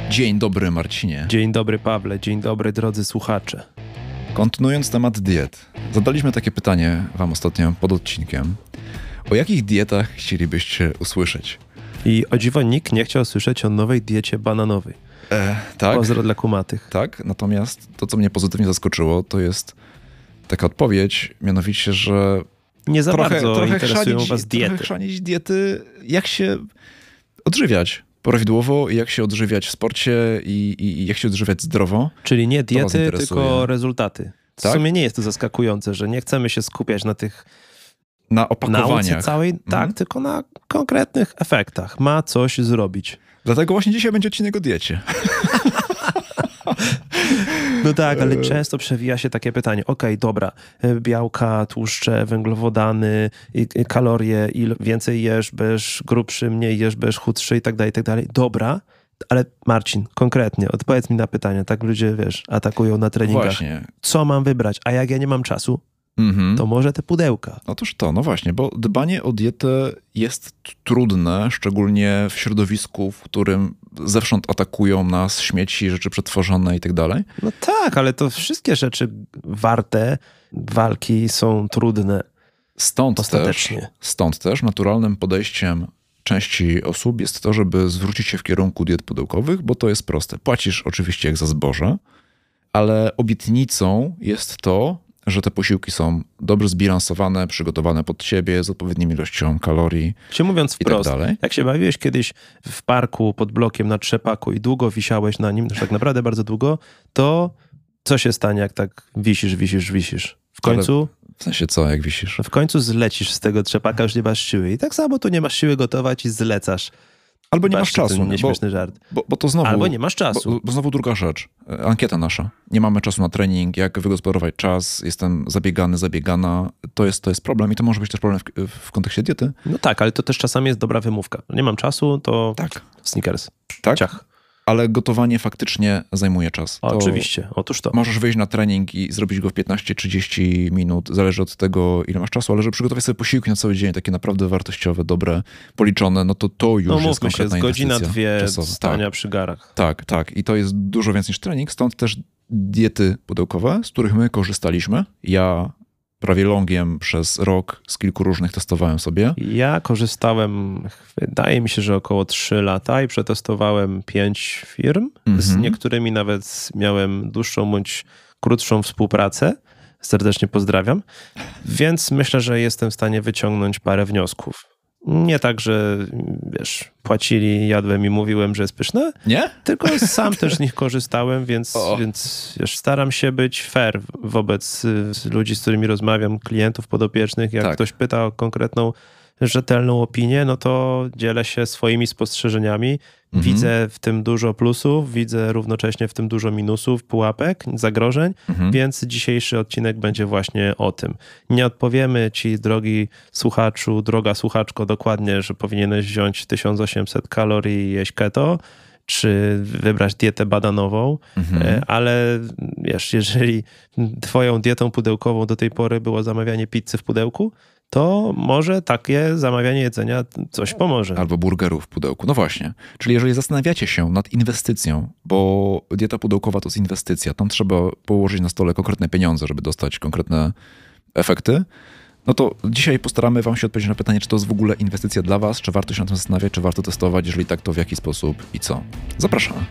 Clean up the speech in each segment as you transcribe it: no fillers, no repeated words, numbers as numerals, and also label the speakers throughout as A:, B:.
A: Dzień dobry, Marcinie.
B: Dzień dobry, Pawle. Dzień dobry, drodzy słuchacze.
A: Kontynuując temat diet, zadaliśmy takie pytanie wam ostatnio pod odcinkiem. O jakich dietach chcielibyście usłyszeć?
B: I o dziwo nikt nie chciał słyszeć o nowej diecie bananowej.
A: Tak.
B: Pozdro dla kumatych.
A: Tak, natomiast to, co mnie pozytywnie zaskoczyło, to jest taka odpowiedź, mianowicie, że
B: nie za bardzo
A: trochę
B: interesują was diety.
A: Trochę chrzanić diety, jak się odżywiać prawidłowo, jak się odżywiać w sporcie i jak się odżywiać zdrowo.
B: Czyli nie diety, tylko rezultaty. W
A: Tak?
B: sumie nie jest to zaskakujące, że nie chcemy się skupiać na tych
A: na opakowaniach.
B: nauce całej, tak, tylko na konkretnych efektach. Ma coś zrobić.
A: Dlatego właśnie dzisiaj będzie odcinek o diecie.
B: No tak, ale często przewija się takie pytanie. Okej, dobra, białka, tłuszcze, węglowodany, kalorie, więcej jesz, będziesz grubszy, mniej jesz, będziesz chudszy i tak dalej, i tak dalej. Dobra, ale Marcin, konkretnie, odpowiedz mi na pytanie. Tak ludzie, wiesz, atakują na treningach.
A: Właśnie.
B: Co mam wybrać? A jak ja nie mam czasu, to może te pudełka.
A: Otóż to, no właśnie, bo dbanie o dietę jest trudne, szczególnie w środowisku, w którym zewsząd atakują nas śmieci, rzeczy przetworzone i tak dalej.
B: No tak, ale to wszystkie rzeczy warte walki są trudne.
A: Stąd też naturalnym podejściem części osób jest to, żeby zwrócić się w kierunku diet pudełkowych, bo to jest proste. Płacisz oczywiście jak za zboże, ale obietnicą jest to, że te posiłki są dobrze zbilansowane, przygotowane pod ciebie, z odpowiednią ilością kalorii.
B: Czy mówiąc wprost,
A: tak dalej.
B: Jak się bawiłeś kiedyś w parku pod blokiem na trzepaku i długo wisiałeś na nim, tak naprawdę bardzo długo, to co się stanie, jak tak wisisz? W końcu...
A: Ale w sensie co, jak wisisz?
B: W końcu zlecisz z tego trzepaka, już nie masz siły. I tak samo tu nie masz siły gotować i zlecasz.
A: Albo nie masz czasu.
B: Nieśmieszny żart.
A: Bo to znowu,
B: albo nie masz czasu.
A: Bo znowu druga rzecz. Ankieta nasza. Nie mamy czasu na trening, jak wygospodarować czas, jestem zabiegana. To jest problem i to może być też problem w kontekście diety.
B: No tak, ale to też czasami jest dobra wymówka. Nie mam czasu, to
A: tak.
B: Snickers.
A: Tak,
B: ciach.
A: Ale gotowanie faktycznie zajmuje czas.
B: Oczywiście, otóż to.
A: Możesz wyjść na trening i zrobić go w 15-30 minut, zależy od tego, ile masz czasu, ale żeby przygotować sobie posiłki na cały dzień, takie naprawdę wartościowe, dobre, policzone, no to już jest konkretna
B: się, godzina, dwie
A: czasowa.
B: stania przy garach.
A: Tak. I to jest dużo więcej niż trening, stąd też diety pudełkowe, z których my korzystaliśmy. Ja prawie longiem przez rok z kilku różnych testowałem sobie.
B: Ja korzystałem, wydaje mi się, że około 3 lata i przetestowałem 5 firm. Z niektórymi nawet miałem dłuższą bądź krótszą współpracę. Serdecznie pozdrawiam. Więc myślę, że jestem w stanie wyciągnąć parę wniosków. Nie tak, że wiesz, płacili, jadłem i mówiłem, że jest pyszne.
A: Nie?
B: Tylko sam też z nich korzystałem, więc wiesz, staram się być fair wobec ludzi, z którymi rozmawiam, klientów podopiecznych. Jak ktoś pyta o konkretną, rzetelną opinię, no to dzielę się swoimi spostrzeżeniami. Widzę w tym dużo plusów, widzę równocześnie w tym dużo minusów, pułapek, zagrożeń, więc dzisiejszy odcinek będzie właśnie o tym. Nie odpowiemy ci, drogi słuchaczu, droga słuchaczko, dokładnie, że powinieneś wziąć 1800 kalorii i jeść keto, czy wybrać dietę bananową, ale wiesz, jeżeli twoją dietą pudełkową do tej pory było zamawianie pizzy w pudełku, to może takie zamawianie jedzenia coś pomoże.
A: Albo burgerów w pudełku. No właśnie. Czyli jeżeli zastanawiacie się nad inwestycją, bo dieta pudełkowa to jest inwestycja, tam trzeba położyć na stole konkretne pieniądze, żeby dostać konkretne efekty, no to dzisiaj postaramy wam się odpowiedzieć na pytanie, czy to jest w ogóle inwestycja dla was, czy warto się nad tym zastanawiać, czy warto testować, jeżeli tak, to w jaki sposób i co. Zapraszamy.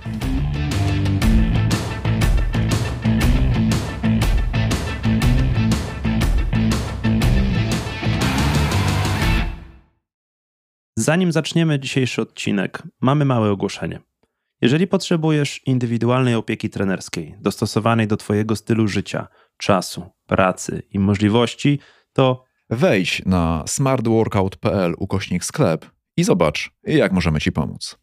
B: Zanim zaczniemy dzisiejszy odcinek, mamy małe ogłoszenie. Jeżeli potrzebujesz indywidualnej opieki trenerskiej, dostosowanej do twojego stylu życia, czasu, pracy i możliwości, to
A: wejdź na smartworkout.pl/sklep i zobacz, jak możemy ci pomóc.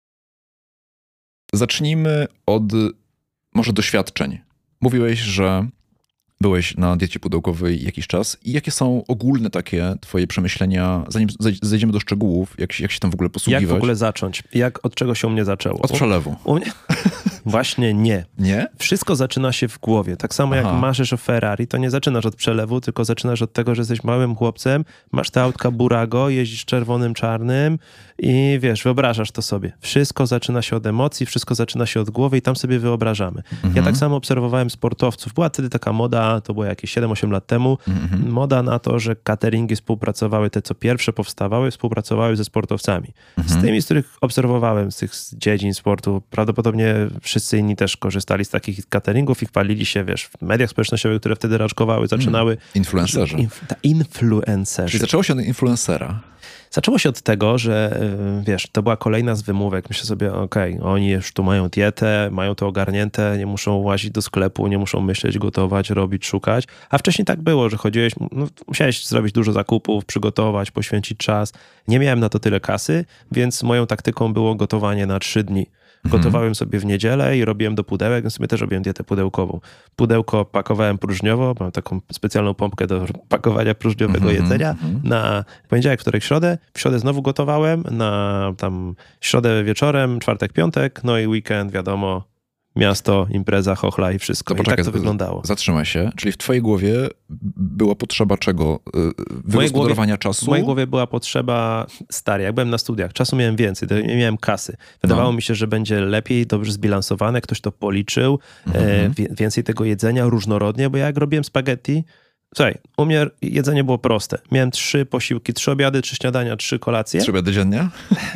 A: Zacznijmy od może doświadczeń. Mówiłeś, że byłeś na diecie pudełkowej jakiś czas i jakie są ogólne takie twoje przemyślenia, zanim zejdziemy do szczegółów, jak się tam w ogóle posługiwać?
B: Jak w ogóle zacząć? Od czego się u mnie zaczęło?
A: Od przelewu.
B: U mnie? Właśnie nie.
A: Nie?
B: Wszystko zaczyna się w głowie. Tak samo jak marzysz o Ferrari, to nie zaczynasz od przelewu, tylko zaczynasz od tego, że jesteś małym chłopcem, masz te autka Burago, jeździsz czerwonym, czarnym i wiesz, wyobrażasz to sobie. Wszystko zaczyna się od emocji, wszystko zaczyna się od głowy i tam sobie wyobrażamy. Ja tak samo obserwowałem sportowców. Była wtedy taka moda, to było jakieś 7-8 lat temu, moda na to, że cateringi współpracowały, te co pierwsze powstawały, współpracowały ze sportowcami. Z tymi, z których obserwowałem, z tych dziedzin sportu, prawdopodobnie wszyscy inni też korzystali z takich cateringów i chwalili się, wiesz, w mediach społecznościowych, które wtedy raczkowały, zaczynały...
A: Influencerzy.
B: Influencerzy.
A: Czyli zaczęło się od influencera.
B: Zaczęło się od tego, że wiesz, to była kolejna z wymówek. Myślę sobie, okej, oni już tu mają dietę, mają to ogarnięte, nie muszą łazić do sklepu, nie muszą myśleć, gotować, robić, szukać. A wcześniej tak było, że chodziłeś, musiałeś zrobić dużo zakupów, przygotować, poświęcić czas. Nie miałem na to tyle kasy, więc moją taktyką było gotowanie na 3 dni. Gotowałem sobie w niedzielę i robiłem do pudełek, więc sobie też robiłem dietę pudełkową. Pudełko pakowałem próżniowo, mam taką specjalną pompkę do pakowania próżniowego jedzenia. Na poniedziałek, wtorek, środę. W środę znowu gotowałem, na tam środę wieczorem, czwartek, piątek, no i weekend, wiadomo, miasto, impreza, chochla i wszystko.
A: To poczekaj,
B: i tak to wyglądało.
A: Zatrzymaj się. Czyli w twojej głowie była potrzeba czego? Wygospodarowania czasu?
B: W mojej głowie była potrzeba, stary, jak byłem na studiach, czasu miałem więcej, to nie miałem kasy. Wydawało mi się, że będzie lepiej, dobrze zbilansowane, ktoś to policzył, więcej tego jedzenia, różnorodnie, bo jak robiłem spaghetti, słuchaj, u mnie jedzenie było proste. Miałem 3 posiłki, 3 obiady, 3 śniadania, 3 kolacje.
A: 3 obiady dziennie?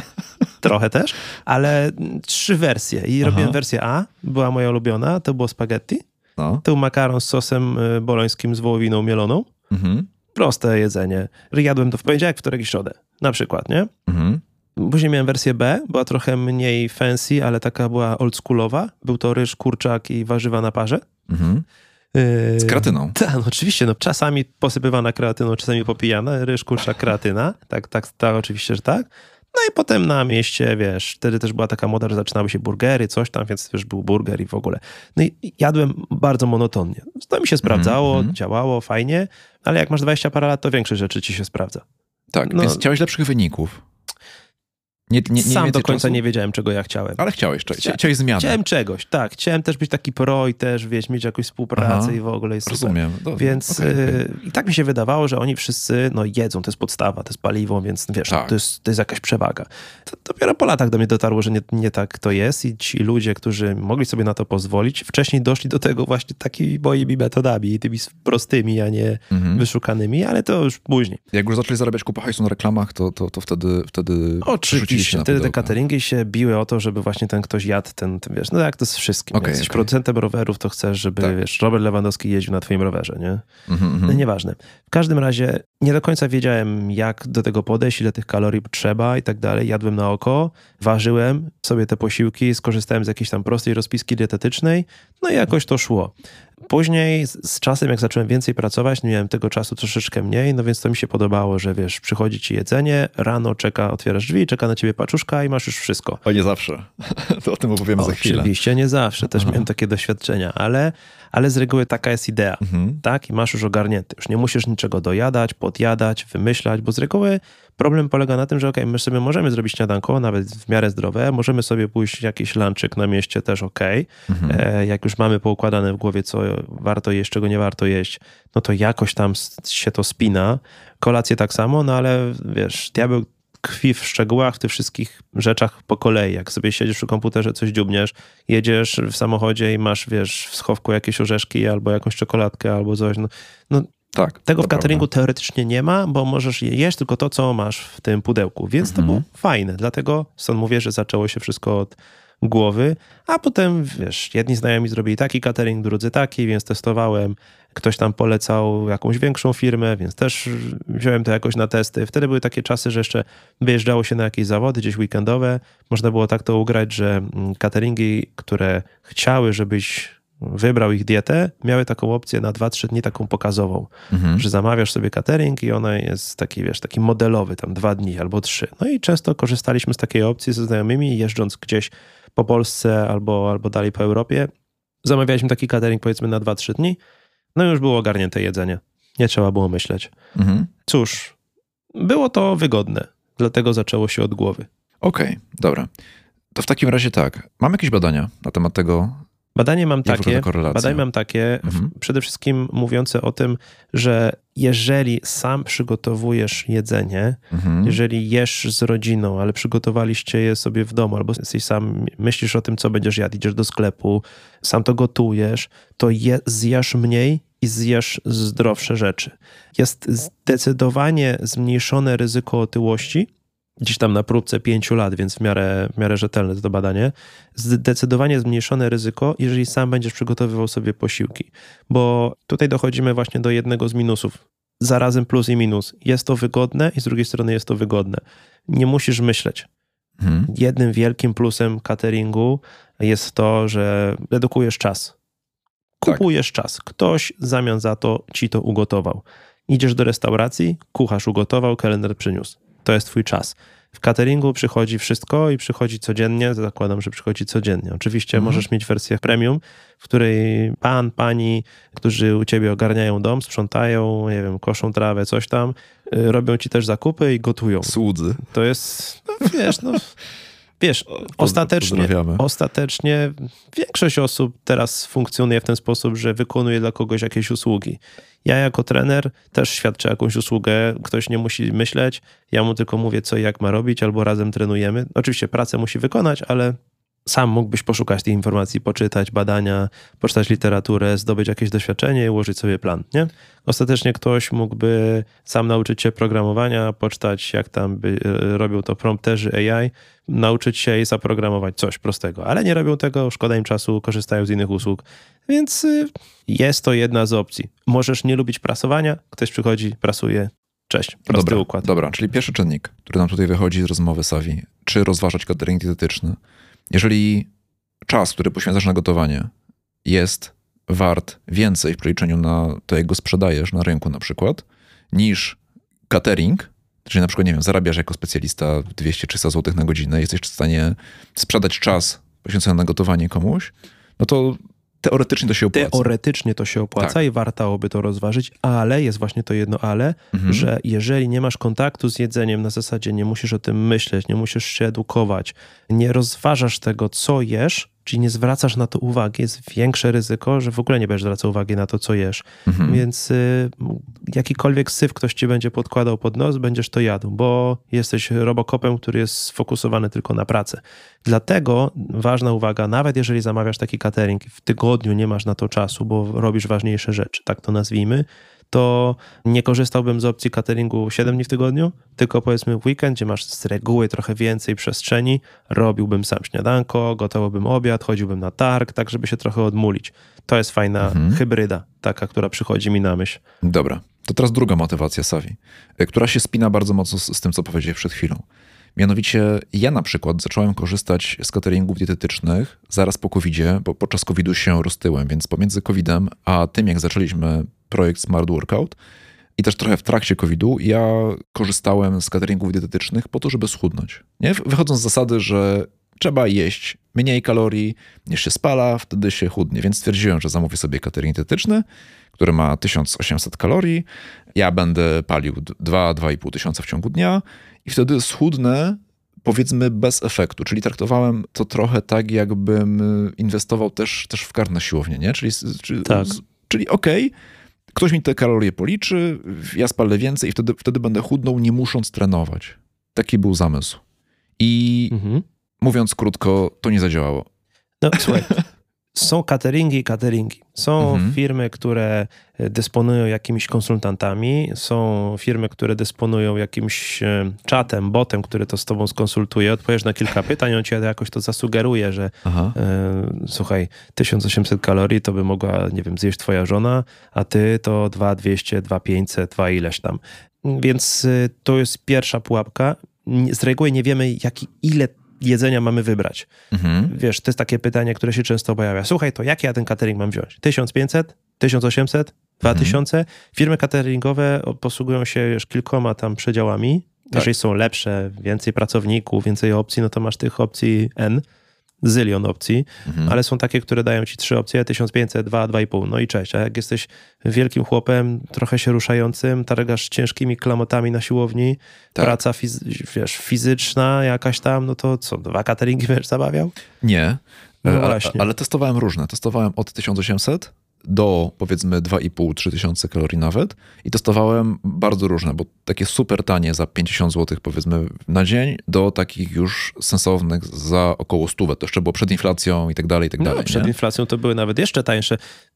B: Trochę też, ale 3 wersje. I robiłem wersję A, była moja ulubiona, to było spaghetti. To był makaron z sosem bolońskim z wołowiną mieloną. Proste jedzenie. Jadłem to w poniedziałek, wtorek i środę. Na przykład, nie? Później miałem wersję B, była trochę mniej fancy, ale taka była oldschoolowa. Był to ryż, kurczak i warzywa na parze.
A: Z kreatyną.
B: Tak, no oczywiście. No, czasami posypywana kreatyną, czasami popijana. Ryż, kurczak, kreatyna. Tak, oczywiście, że tak. No i potem na mieście, wiesz, wtedy też była taka moda, że zaczynały się burgery, coś tam, więc też był burger i w ogóle. No i jadłem bardzo monotonnie. To mi się sprawdzało, działało fajnie, ale jak masz 20 parę lat, to większość rzeczy ci się sprawdza.
A: Tak, więc chciałeś lepszych wyników.
B: Sam do końca nie wiedziałem, czego ja chciałem.
A: Ale chciałeś zmiany.
B: Chciałem czegoś, tak. Chciałem też być taki pro i też, wiesz, mieć jakąś współpracę i w ogóle jest
A: rozumiem.
B: Więc i tak mi się wydawało, że oni wszyscy jedzą, to jest podstawa, to jest paliwo, więc wiesz, to jest jakaś przewaga. To dopiero po latach do mnie dotarło, że nie tak to jest i ci ludzie, którzy mogli sobie na to pozwolić, wcześniej doszli do tego właśnie takimi moimi metodami, tymi prostymi, a nie wyszukanymi, ale to już później.
A: Jak już zaczęli zarabiać kupę hajsu na reklamach, to wtedy
B: oczywiście. Wtedy te cateringi się biły o to, żeby właśnie ten ktoś jadł, wiesz, no jak to z wszystkim. Jak jesteś producentem rowerów, to chcesz, żeby, wiesz, Robert Lewandowski jeździł na twoim rowerze, nie? No nieważne. W każdym razie nie do końca wiedziałem, jak do tego podejść, ile tych kalorii trzeba i tak dalej. Jadłem na oko, ważyłem sobie te posiłki, skorzystałem z jakiejś tam prostej rozpiski dietetycznej, no i jakoś to szło. Później z czasem, jak zacząłem więcej pracować, miałem tego czasu troszeczkę mniej, no więc to mi się podobało, że wiesz, przychodzi ci jedzenie, rano otwierasz drzwi, czeka na ciebie paczuszka i masz już wszystko.
A: O, nie zawsze. To o tym opowiemy za chwilę.
B: Oczywiście, nie zawsze. Też miałem takie doświadczenia, ale z reguły taka jest idea, tak? I masz już ogarnięty. Już nie musisz niczego dojadać, podjadać, wymyślać, bo z reguły problem polega na tym, że my sobie możemy zrobić śniadanko, nawet w miarę zdrowe, możemy sobie pójść jakiś lunchek na mieście też jak już mamy poukładane w głowie, co warto jeść, czego nie warto jeść, no to jakoś tam się to spina. Kolacje tak samo, no ale wiesz, diabeł tkwi w szczegółach, w tych wszystkich rzeczach po kolei. Jak sobie siedzisz przy komputerze, coś dziubniesz, jedziesz w samochodzie i masz, wiesz, w schowku jakieś orzeszki albo jakąś czekoladkę albo coś, no tak, tego w cateringu teoretycznie nie ma, bo możesz jeść tylko to, co masz w tym pudełku, więc to było fajne. Dlatego stąd mówię, że zaczęło się wszystko od głowy, a potem, wiesz, jedni znajomi zrobili taki catering, drudzy taki, więc testowałem. Ktoś tam polecał jakąś większą firmę, więc też wziąłem to jakoś na testy. Wtedy były takie czasy, że jeszcze wyjeżdżało się na jakieś zawody, gdzieś weekendowe. Można było tak to ugrać, że cateringi, które chciały, żebyś wybrał ich dietę, miały taką opcję na 2-3 dni taką pokazową, że zamawiasz sobie catering i ona jest taki, wiesz, taki modelowy, tam 2 dni albo 3. No i często korzystaliśmy z takiej opcji ze znajomymi, jeżdżąc gdzieś po Polsce albo dalej po Europie. Zamawialiśmy taki catering powiedzmy na 2-3 dni, no i już było ogarnięte jedzenie. Nie trzeba było myśleć. Cóż, było to wygodne, dlatego zaczęło się od głowy.
A: Okej, dobra. To w takim razie tak. Mam jakieś badania na temat tego?
B: Badanie mam takie, przede wszystkim mówiące o tym, że jeżeli sam przygotowujesz jedzenie, jeżeli jesz z rodziną, ale przygotowaliście je sobie w domu, albo jesteś sam, myślisz o tym, co będziesz jadł, idziesz do sklepu, sam to gotujesz, to zjesz mniej i zjesz zdrowsze rzeczy. Jest zdecydowanie zmniejszone ryzyko otyłości, gdzieś tam na próbce 5 lat, więc w miarę rzetelne to badanie, zdecydowanie zmniejszone ryzyko, jeżeli sam będziesz przygotowywał sobie posiłki. Bo tutaj dochodzimy właśnie do jednego z minusów. Zarazem plus i minus. Jest to wygodne i z drugiej strony jest to wygodne. Nie musisz myśleć. Jednym wielkim plusem cateringu jest to, że redukujesz czas. Kupujesz czas. Ktoś w zamian za to ci to ugotował. Idziesz do restauracji, kucharz ugotował, kelner przyniósł. To jest twój czas. W cateringu przychodzi wszystko i przychodzi codziennie. Zakładam, że przychodzi codziennie. Oczywiście możesz mieć wersję premium, w której pani, którzy u ciebie ogarniają dom, sprzątają, nie wiem, koszą trawę, coś tam, robią ci też zakupy i gotują.
A: Słudzy.
B: To jest, wiesz, ostatecznie większość osób teraz funkcjonuje w ten sposób, że wykonuje dla kogoś jakieś usługi. Ja jako trener też świadczę jakąś usługę, ktoś nie musi myśleć, ja mu tylko mówię co i jak ma robić, albo razem trenujemy. Oczywiście pracę musi wykonać, ale sam mógłbyś poszukać tej informacji, poczytać badania, poczytać literaturę, zdobyć jakieś doświadczenie i ułożyć sobie plan, nie? Ostatecznie ktoś mógłby sam nauczyć się programowania, poczytać jak tam robią to prompterzy AI, nauczyć się i zaprogramować coś prostego, ale nie robią tego, szkoda im czasu, korzystają z innych usług, więc jest to jedna z opcji. Możesz nie lubić prasowania, ktoś przychodzi, prasuje, cześć, prosty układ.
A: Dobra, czyli pierwszy czynnik, który nam tutaj wychodzi z rozmowy, Savi, czy rozważać catering dietetyczny. Jeżeli czas, który poświęcasz na gotowanie, jest wart więcej w przeliczeniu na to, jak go sprzedajesz na rynku na przykład, niż catering, czyli na przykład, nie wiem, zarabiasz jako specjalista 200-300 zł na godzinę, jesteś w stanie sprzedać czas poświęcony na gotowanie komuś, no to teoretycznie to się opłaca.
B: Teoretycznie to się opłaca tak. I wartałoby to rozważyć, ale jest właśnie to jedno ale, że jeżeli nie masz kontaktu z jedzeniem na zasadzie nie musisz o tym myśleć, nie musisz się edukować, nie rozważasz tego, co jesz, czyli nie zwracasz na to uwagi, jest większe ryzyko, że w ogóle nie będziesz zwracał uwagi na to, co jesz. Więc jakikolwiek syf ktoś ci będzie podkładał pod nos, będziesz to jadł, bo jesteś robokopem, który jest sfokusowany tylko na pracę. Dlatego ważna uwaga, nawet jeżeli zamawiasz taki catering, w tygodniu nie masz na to czasu, bo robisz ważniejsze rzeczy, tak to nazwijmy, to nie korzystałbym z opcji cateringu 7 dni w tygodniu, tylko powiedzmy w weekend, gdzie masz z reguły trochę więcej przestrzeni, robiłbym sam śniadanko, gotowałbym obiad, chodziłbym na targ, tak żeby się trochę odmulić. To jest fajna hybryda, taka, która przychodzi mi na myśl.
A: Dobra, to teraz druga motywacja, Savi, która się spina bardzo mocno z tym, co powiedziałeś przed chwilą. Mianowicie ja na przykład zacząłem korzystać z cateringów dietetycznych zaraz po COVID-zie, bo podczas COVID-u się roztyłem, więc pomiędzy COVID-em a tym, jak zaczęliśmy projekt Smart Workout i też trochę w trakcie COVID-u, ja korzystałem z cateringów dietetycznych po to, żeby schudnąć. Nie? Wychodząc z zasady, że trzeba jeść mniej kalorii niż się spala, wtedy się chudnie. Więc stwierdziłem, że zamówię sobie catering dietetyczny, który ma 1800 kalorii. Ja będę palił 2-2,5 tysiąca w ciągu dnia i wtedy schudnę, powiedzmy, bez efektu. Czyli traktowałem to trochę tak, jakbym inwestował też w kart na siłownię, nie? Czyli okej, ktoś mi te kalorie policzy, ja spalę więcej i wtedy będę chudnął, nie musząc trenować. Taki był zamysł. I mówiąc krótko, to nie zadziałało.
B: No słuchaj, są cateringi. Są firmy, które dysponują jakimiś konsultantami, są firmy, które dysponują jakimś czatem, botem, który to z tobą skonsultuje, odpowiesz na kilka pytań, on ci jakoś to zasugeruje, że słuchaj, 1800 kalorii to by mogła, nie wiem, zjeść twoja żona, a ty to 2200, 2500, 2 ileś tam. Więc to jest pierwsza pułapka. Z reguły nie wiemy, ile jedzenia mamy wybrać. Wiesz, to jest takie pytanie, które się często pojawia. Słuchaj, to jaki ja ten catering mam wziąć? 1500? 1800? 2000? Firmy cateringowe posługują się już kilkoma tam przedziałami. Tak. Jeżeli są lepsze, więcej pracowników, więcej opcji, no to masz tych opcji N. zylion opcji, ale są takie, które dają ci 3 opcje, 1500, 2, 2,5, no i cześć. A jak jesteś wielkim chłopem, trochę się ruszającym, targasz ciężkimi klamotami na siłowni, praca fizyczna jakaś tam, no to co, 2 cateringi będziesz zabawiał?
A: Nie,
B: no właśnie.
A: Ale testowałem różne. Testowałem od 1800 do powiedzmy 2,5-3 tysiące kalorii nawet i testowałem bardzo różne, bo takie super tanie za 50 zł powiedzmy na dzień do takich już sensownych za około 100. To jeszcze było przed inflacją i tak dalej, i tak dalej.
B: Przed inflacją to były nawet jeszcze tańsze.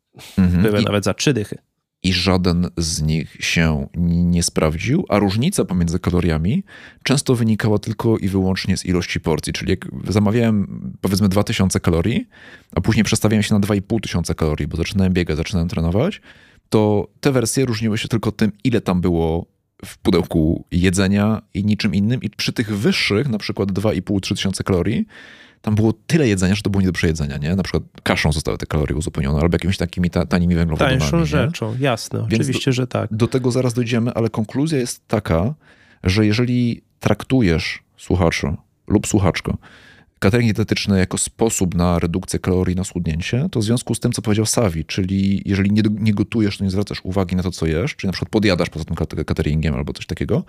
B: Były nawet za 3 dychy.
A: I żaden z nich się nie sprawdził, a różnica pomiędzy kaloriami często wynikała tylko i wyłącznie z ilości porcji. Czyli jak zamawiałem powiedzmy 2000 kalorii, a później przestawiałem się na 2500 kalorii, bo zaczynałem biegać, zaczynałem trenować, to te wersje różniły się tylko tym, ile tam było w pudełku jedzenia i niczym innym. I przy tych wyższych, na przykład 2,5-3 tysiące kalorii, tam było tyle jedzenia, że to było nie do przejedzenia, nie? Na przykład kaszą zostały te kalorie uzupełnione, albo jakimiś takimi tanimi węglowodanami.
B: Tańszą rzeczą, jasne, więc oczywiście, że tak.
A: Do tego zaraz dojdziemy, ale konkluzja jest taka, że jeżeli traktujesz, słuchaczu lub słuchaczko, catering dietetyczny jako sposób na redukcję kalorii, na schudnięcie, to w związku z tym, co powiedział Savi, czyli jeżeli nie gotujesz, to nie zwracasz uwagi na to, co jesz, czyli na przykład podjadasz poza tym cateringiem albo coś takiego,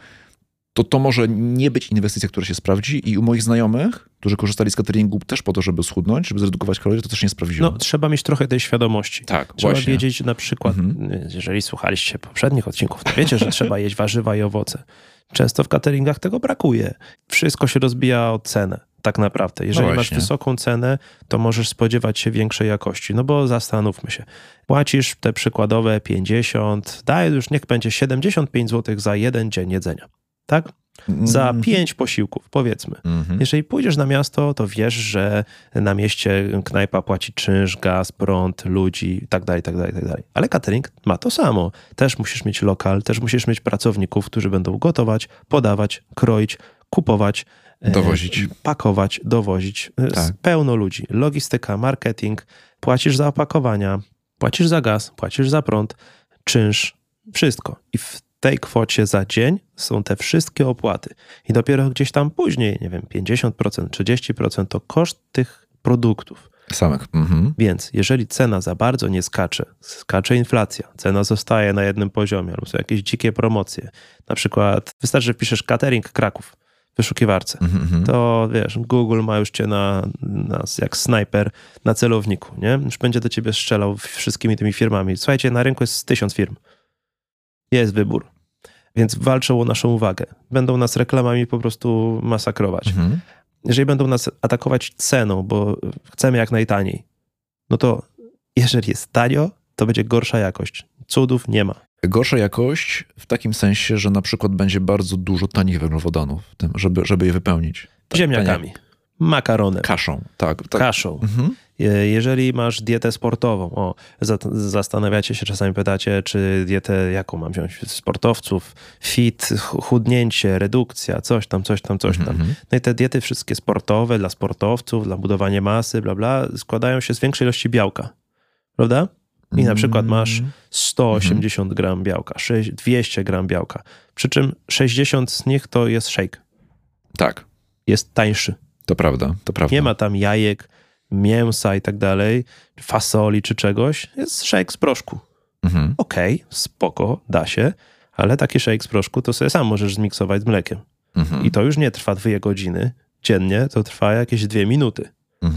A: to może nie być inwestycja, która się sprawdzi i u moich znajomych, którzy korzystali z cateringu też po to, żeby schudnąć, żeby zredukować kalorie, to też nie sprawdziło.
B: No, trzeba mieć trochę tej świadomości.
A: Tak,
B: trzeba
A: właśnie.
B: wiedzieć na przykład, jeżeli słuchaliście poprzednich odcinków, to wiecie, że trzeba jeść warzywa i owoce. Często w cateringach tego brakuje. Wszystko się rozbija o cenę. Tak naprawdę. Jeżeli masz wysoką cenę, to możesz spodziewać się większej jakości. No bo zastanówmy się. Płacisz te przykładowe 50, daj już niech będzie 75 zł za 1 dzień jedzenia. Tak? Za 5 posiłków, powiedzmy. Jeżeli pójdziesz na miasto, to wiesz, że na mieście knajpa płaci czynsz, gaz, prąd, ludzi i tak dalej, tak dalej, tak dalej. Ale catering ma to samo. Też musisz mieć lokal, też musisz mieć pracowników, którzy będą gotować, podawać, kroić, kupować,
A: dowozić,
B: pakować, dowozić. Tak. Pełno ludzi. Logistyka, marketing, płacisz za opakowania, płacisz za gaz, płacisz za prąd, czynsz, wszystko. I w tej kwocie za dzień są te wszystkie opłaty. I dopiero gdzieś tam później, nie wiem, 50%, 30% to koszt tych produktów.
A: Samych.
B: Więc jeżeli cena za bardzo nie skacze inflacja, cena zostaje na jednym poziomie, albo są jakieś dzikie promocje. Na przykład wystarczy, że piszesz catering Kraków w wyszukiwarce. To wiesz, Google ma już cię jak snajper na celowniku, nie? Już będzie do ciebie strzelał wszystkimi tymi firmami. Słuchajcie, na rynku jest 1000 firm. Jest wybór. Więc walczą o naszą uwagę. Będą nas reklamami po prostu masakrować. Jeżeli będą nas atakować ceną, bo chcemy jak najtaniej, no to jeżeli jest tanio, to będzie gorsza jakość. Cudów nie ma.
A: Gorsza jakość w takim sensie, że na przykład będzie bardzo dużo tanich węglowodanów, żeby je wypełnić.
B: Ziemniakami, makaronem.
A: Kaszą, tak.
B: Kaszą. Jeżeli masz dietę sportową, zastanawiacie się, czasami pytacie, czy dietę jaką mam wziąć? Sportowców, fit, chudnięcie, redukcja, coś tam. No i te diety wszystkie sportowe, dla sportowców, dla budowania masy, bla, bla, składają się z większej ilości białka, prawda? I na przykład masz 180 gram białka, 200 gram białka, przy czym 60 z nich to jest shake. Tak. Jest tańszy.
A: To prawda.
B: Nie ma tam jajek, mięsa i tak dalej, fasoli czy czegoś. Jest shake z proszku. Okej, spoko, da się, ale taki shake z proszku to sobie sam możesz zmiksować z mlekiem. I to już nie trwa 2 godziny dziennie, to trwa jakieś 2 minuty.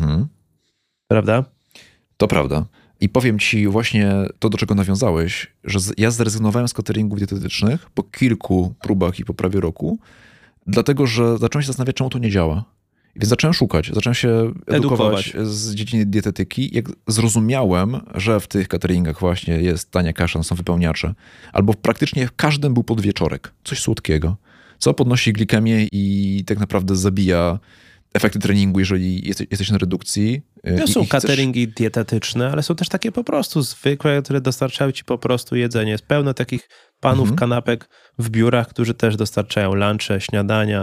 B: Prawda?
A: To prawda. I powiem ci właśnie to, do czego nawiązałeś, że ja zrezygnowałem z cateringów dietetycznych po kilku próbach i po prawie roku, dlatego że zacząłem się zastanawiać, czemu to nie działa. Więc zacząłem szukać, zacząłem się edukować z dziedziny dietetyki. Jak zrozumiałem, że w tych cateringach właśnie jest tania kasza, są wypełniacze, albo praktycznie w każdym był podwieczorek, coś słodkiego, co podnosi glikemię i tak naprawdę zabija efekty treningu, jeżeli jesteś na redukcji.
B: To są cateringi dietetyczne, ale są też takie po prostu zwykłe, które dostarczają ci po prostu jedzenie. Jest pełno takich panów kanapek w biurach, którzy też dostarczają lunche, śniadania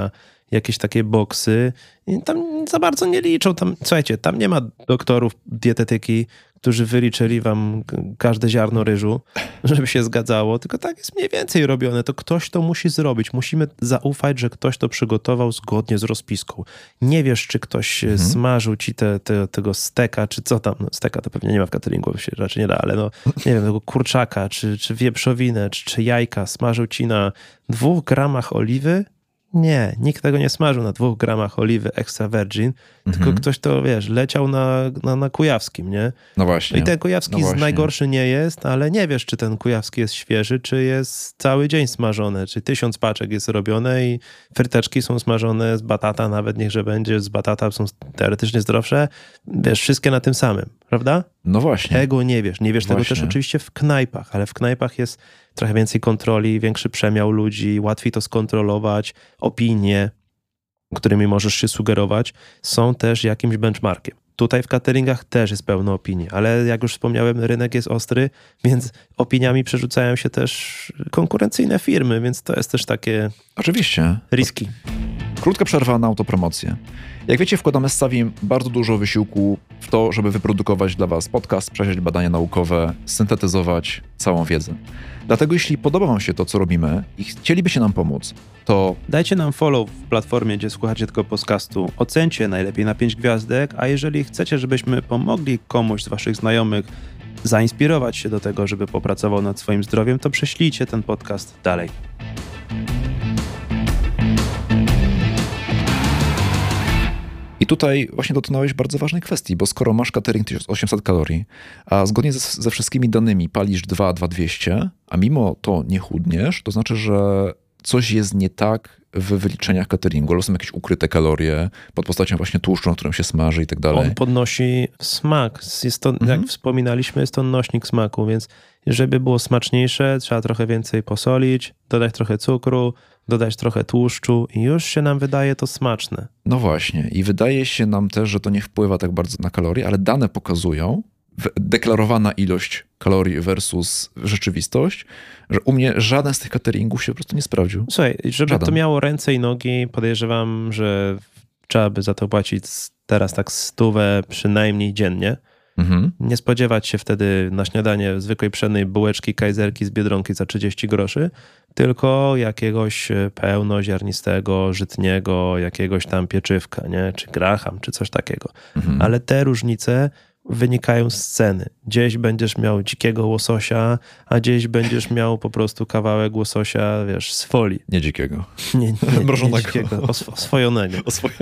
B: jakieś takie boksy i tam za bardzo nie liczą. Słuchajcie, tam nie ma doktorów dietetyki, którzy wyliczyli wam każde ziarno ryżu, żeby się zgadzało, tylko tak jest mniej więcej robione. To ktoś to musi zrobić. Musimy zaufać, że ktoś to przygotował zgodnie z rozpiską. Nie wiesz, czy ktoś smażył ci tego steka, czy co tam. No, steka to pewnie nie ma w cateringu, się raczej nie da, ale no, nie wiem, tego kurczaka, czy wieprzowinę, czy jajka smażył ci na 2 gramach oliwy. Nie, nikt tego nie smażył na 2 gramach oliwy extra virgin, tylko ktoś to, wiesz, leciał na kujawskim, nie?
A: No właśnie.
B: I ten kujawski najgorszy nie jest, ale nie wiesz, czy ten kujawski jest świeży, czy jest cały dzień smażony, czy 1000 paczek jest robione i fryteczki są smażone z batata, nawet niechże będzie z batata, są teoretycznie zdrowsze. Wiesz, wszystkie na tym samym, prawda?
A: No właśnie.
B: Tego nie wiesz. Nie wiesz tego też oczywiście w knajpach, ale w knajpach jest trochę więcej kontroli, większy przemiał ludzi, łatwiej to skontrolować. Opinie, którymi możesz się sugerować, są też jakimś benchmarkiem. Tutaj w cateringach też jest pełno opinii, ale jak już wspomniałem, rynek jest ostry, więc opiniami przerzucają się też konkurencyjne firmy, więc to jest też takie...
A: Oczywiście.
B: Riski.
A: Krótka przerwa na autopromocję. Jak wiecie, wkładamy z Savvym bardzo dużo wysiłku w to, żeby wyprodukować dla was podcast, przejrzeć badania naukowe, syntetyzować całą wiedzę. Dlatego jeśli podoba wam się to, co robimy i chcielibyście nam pomóc, to...
B: Dajcie nam follow w platformie, gdzie słuchacie tego podcastu. Ocencie najlepiej na 5 gwiazdek, a jeżeli chcecie, żebyśmy pomogli komuś z waszych znajomych zainspirować się do tego, żeby popracował nad swoim zdrowiem, to prześlijcie ten podcast dalej.
A: I tutaj właśnie dotknąłeś bardzo ważnej kwestii, bo skoro masz catering 1800 kalorii, a zgodnie ze wszystkimi danymi palisz 2200, a mimo to nie chudniesz, to znaczy, że coś jest nie tak w wyliczeniach cateringu, albo są jakieś ukryte kalorie pod postacią właśnie tłuszczu, na którym się smaży i tak dalej.
B: On podnosi smak. Jest to, jak wspominaliśmy, jest to nośnik smaku, więc żeby było smaczniejsze, trzeba trochę więcej posolić, dodać trochę cukru, dodać trochę tłuszczu i już się nam wydaje to smaczne.
A: No właśnie. I wydaje się nam też, że to nie wpływa tak bardzo na kalorie, ale dane pokazują, deklarowana ilość kalorii versus rzeczywistość, że u mnie żaden z tych cateringów się po prostu nie sprawdził.
B: Słuchaj, żeby to miało ręce i nogi, podejrzewam, że trzeba by za to płacić teraz tak 100 przynajmniej dziennie. Nie spodziewać się wtedy na śniadanie zwykłej pszennej bułeczki kajzerki z Biedronki za 30 groszy, tylko jakiegoś pełnoziarnistego, żytniego, jakiegoś tam pieczywka, nie? Czy graham, czy coś takiego. Ale te różnice wynikają z ceny. Gdzieś będziesz miał dzikiego łososia, a gdzieś będziesz miał po prostu kawałek łososia, wiesz, z folii.
A: Nie dzikiego.
B: Nie dzikiego, oswojonego.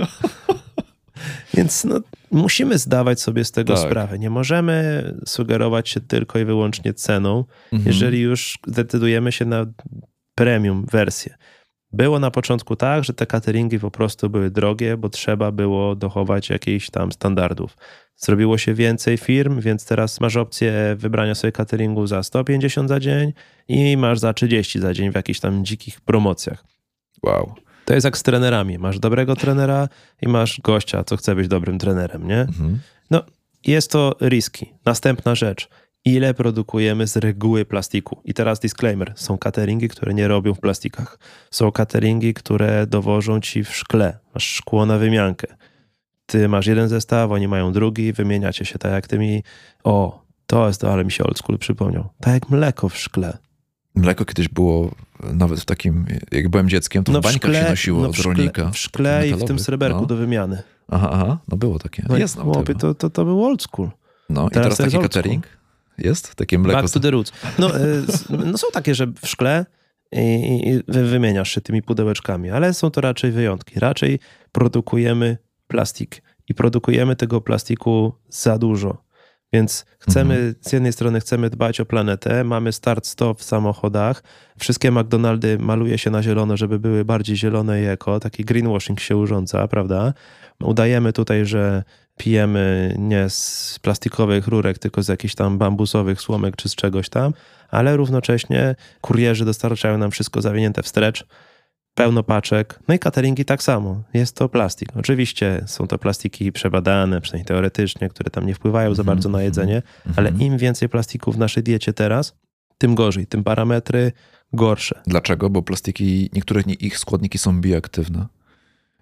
B: Więc no, musimy zdawać sobie z tego sprawę. Nie możemy sugerować się tylko i wyłącznie ceną, jeżeli już zdecydujemy się na premium wersję. Było na początku tak, że te cateringi po prostu były drogie, bo trzeba było dochować jakichś tam standardów. Zrobiło się więcej firm, więc teraz masz opcję wybrania sobie cateringu za 150 za dzień i masz za 30 za dzień w jakichś tam dzikich promocjach.
A: Wow.
B: To jest jak z trenerami. Masz dobrego trenera i masz gościa, co chce być dobrym trenerem, nie? No, jest to riski. Następna rzecz. Ile produkujemy z reguły plastiku? I teraz disclaimer. Są cateringi, które nie robią w plastikach. Są cateringi, które dowożą ci w szkle. Masz szkło na wymiankę. Ty masz jeden zestaw, oni mają drugi, wymieniacie się tak jak ty mi... O, to jest to, ale mi się old school przypomniał. Tak jak mleko w szkle.
A: Mleko kiedyś było nawet w takim, jak byłem dzieckiem, to w bańkach się nosiło od rolnika.
B: W szkle i w tym sreberku do wymiany.
A: Aha, no było takie.
B: No jest to był old school.
A: No i teraz taki catering jest? Takie mleko.
B: Back to the roots. No są takie, że w szkle i wymieniasz się tymi pudełeczkami, ale są to raczej wyjątki. Raczej produkujemy plastik i produkujemy tego plastiku za dużo. Więc chcemy, z jednej strony chcemy dbać o planetę, mamy start-stop w samochodach, wszystkie McDonaldy maluje się na zielono, żeby były bardziej zielone i eko, taki greenwashing się urządza, prawda? Udajemy tutaj, że pijemy nie z plastikowych rurek, tylko z jakichś tam bambusowych słomek czy z czegoś tam, ale równocześnie kurierzy dostarczają nam wszystko zawinięte w stretch, pełno paczek, no i cateringi tak samo. Jest to plastik. Oczywiście są to plastiki przebadane, przynajmniej teoretycznie, które tam nie wpływają za bardzo na jedzenie, ale im więcej plastiku w naszej diecie teraz, tym gorzej, tym parametry gorsze.
A: Dlaczego? Bo plastiki, niektóre ich składniki są bioaktywne.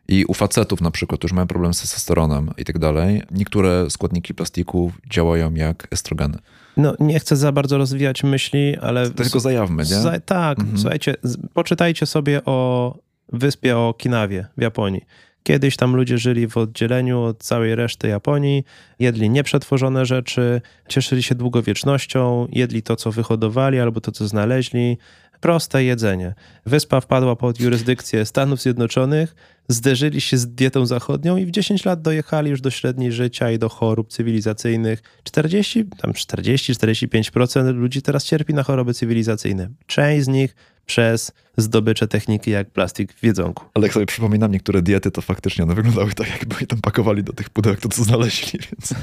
A: I u facetów na przykład, którzy mają problem z testosteronem i tak dalej, niektóre składniki plastiku działają jak estrogeny.
B: No, nie chcę za bardzo rozwijać myśli, ale...
A: To tylko zajawmy, nie?
B: Tak, słuchajcie, poczytajcie sobie o wyspie Okinawie w Japonii. Kiedyś tam ludzie żyli w oddzieleniu od całej reszty Japonii, jedli nieprzetworzone rzeczy, cieszyli się długowiecznością, jedli to, co wyhodowali albo to, co znaleźli. Proste jedzenie. Wyspa wpadła pod jurysdykcję Stanów Zjednoczonych, zderzyli się z dietą zachodnią i w 10 lat dojechali już do średniej życia i do chorób cywilizacyjnych. 40-45% ludzi teraz cierpi na choroby cywilizacyjne. Część z nich przez zdobycze techniki jak plastik w jedzonku.
A: Ale jak sobie przypominam niektóre diety, to faktycznie one wyglądały tak, jakby je tam pakowali do tych pudełek to, co znaleźli, więc...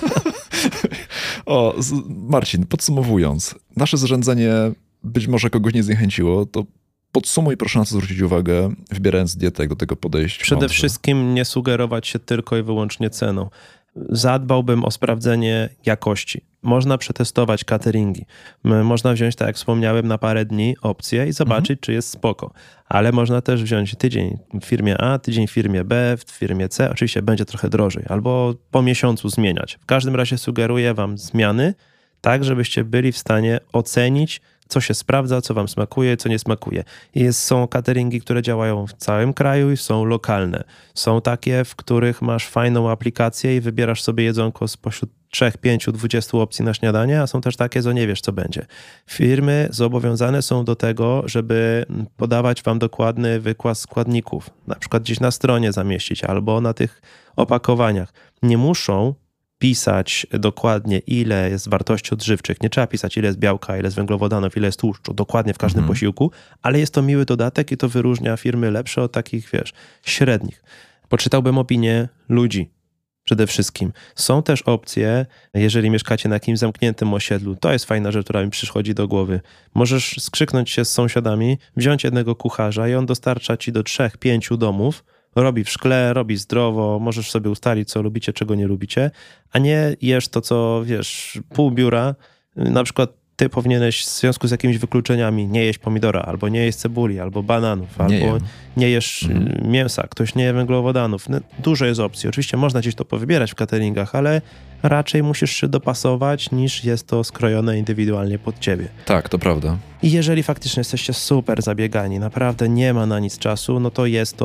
A: Marcin, podsumowując, nasze zarządzanie być może kogoś nie zniechęciło, to podsumuj, proszę na co zwrócić uwagę, wybierając dietę, jak do tego podejść.
B: Przede wszystkim nie sugerować się tylko i wyłącznie ceną. Zadbałbym o sprawdzenie jakości. Można przetestować cateringi. Można wziąć, tak jak wspomniałem, na parę dni opcję i zobaczyć, czy jest spoko. Ale można też wziąć tydzień w firmie A, tydzień w firmie B, w firmie C. Oczywiście będzie trochę drożej. Albo po miesiącu zmieniać. W każdym razie sugeruję wam zmiany, tak żebyście byli w stanie ocenić, co się sprawdza, co wam smakuje, co nie smakuje. Są cateringi, które działają w całym kraju i są lokalne. Są takie, w których masz fajną aplikację i wybierasz sobie jedzonko spośród 3, 5, 20 opcji na śniadanie, a są też takie, że nie wiesz, co będzie. Firmy zobowiązane są do tego, żeby podawać wam dokładny wykład składników. Na przykład gdzieś na stronie zamieścić albo na tych opakowaniach. Nie muszą pisać dokładnie, ile jest wartości odżywczych. Nie trzeba pisać, ile jest białka, ile jest węglowodanów, ile jest tłuszczu, dokładnie w każdym posiłku, ale jest to miły dodatek i to wyróżnia firmy lepsze od takich, średnich. Poczytałbym opinię ludzi przede wszystkim. Są też opcje, jeżeli mieszkacie na jakimś zamkniętym osiedlu, to jest fajna rzecz, która mi przychodzi do głowy. Możesz skrzyknąć się z sąsiadami, wziąć jednego kucharza i on dostarcza ci do 3-5 domów, robi w szkle, robi zdrowo, możesz sobie ustalić, co lubicie, czego nie lubicie, a nie jesz to, co pół biura. Na przykład ty powinieneś w związku z jakimiś wykluczeniami nie jeść pomidora, albo nie jeść cebuli, albo bananów, albo nie jesz mięsa, ktoś nie je węglowodanów. No, dużo jest opcji. Oczywiście można gdzieś to powybierać w cateringach, ale raczej musisz się dopasować, niż jest to skrojone indywidualnie pod ciebie.
A: Tak, to prawda.
B: I jeżeli faktycznie jesteście super zabiegani, naprawdę nie ma na nic czasu, no to jest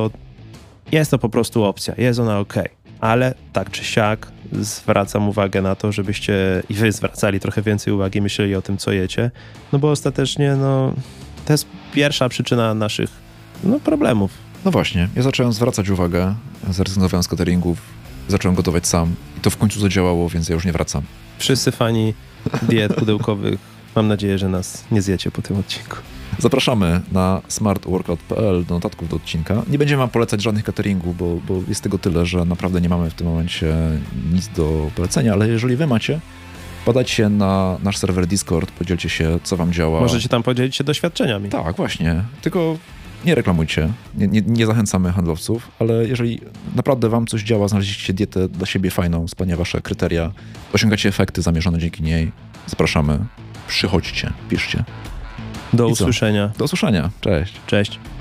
B: to po prostu opcja, jest ona okej. Ale tak czy siak zwracam uwagę na to, żebyście i wy zwracali trochę więcej uwagi, myśleli o tym, co jecie, no bo ostatecznie to jest pierwsza przyczyna naszych problemów.
A: No właśnie, ja zacząłem zwracać uwagę, zrezygnowałem z cateringów, zacząłem gotować sam i to w końcu zadziałało, więc ja już nie wracam.
B: Wszyscy fani diet pudełkowych, mam nadzieję, że nas nie zjecie po tym odcinku.
A: Zapraszamy na smartworkout.pl do notatków do odcinka. Nie będziemy wam polecać żadnych cateringów, bo jest tego tyle, że naprawdę nie mamy w tym momencie nic do polecenia, ale jeżeli wy macie, podajcie na nasz serwer Discord, podzielcie się, co wam działa.
B: Możecie tam podzielić się doświadczeniami.
A: Tak, właśnie. Tylko nie reklamujcie, nie zachęcamy handlowców, ale jeżeli naprawdę wam coś działa, znaleźliście dietę dla siebie fajną, spełnia wasze kryteria, osiągacie efekty zamierzone dzięki niej, zapraszamy, przychodźcie, piszcie.
B: Do usłyszenia.
A: Do usłyszenia. Cześć.
B: Cześć.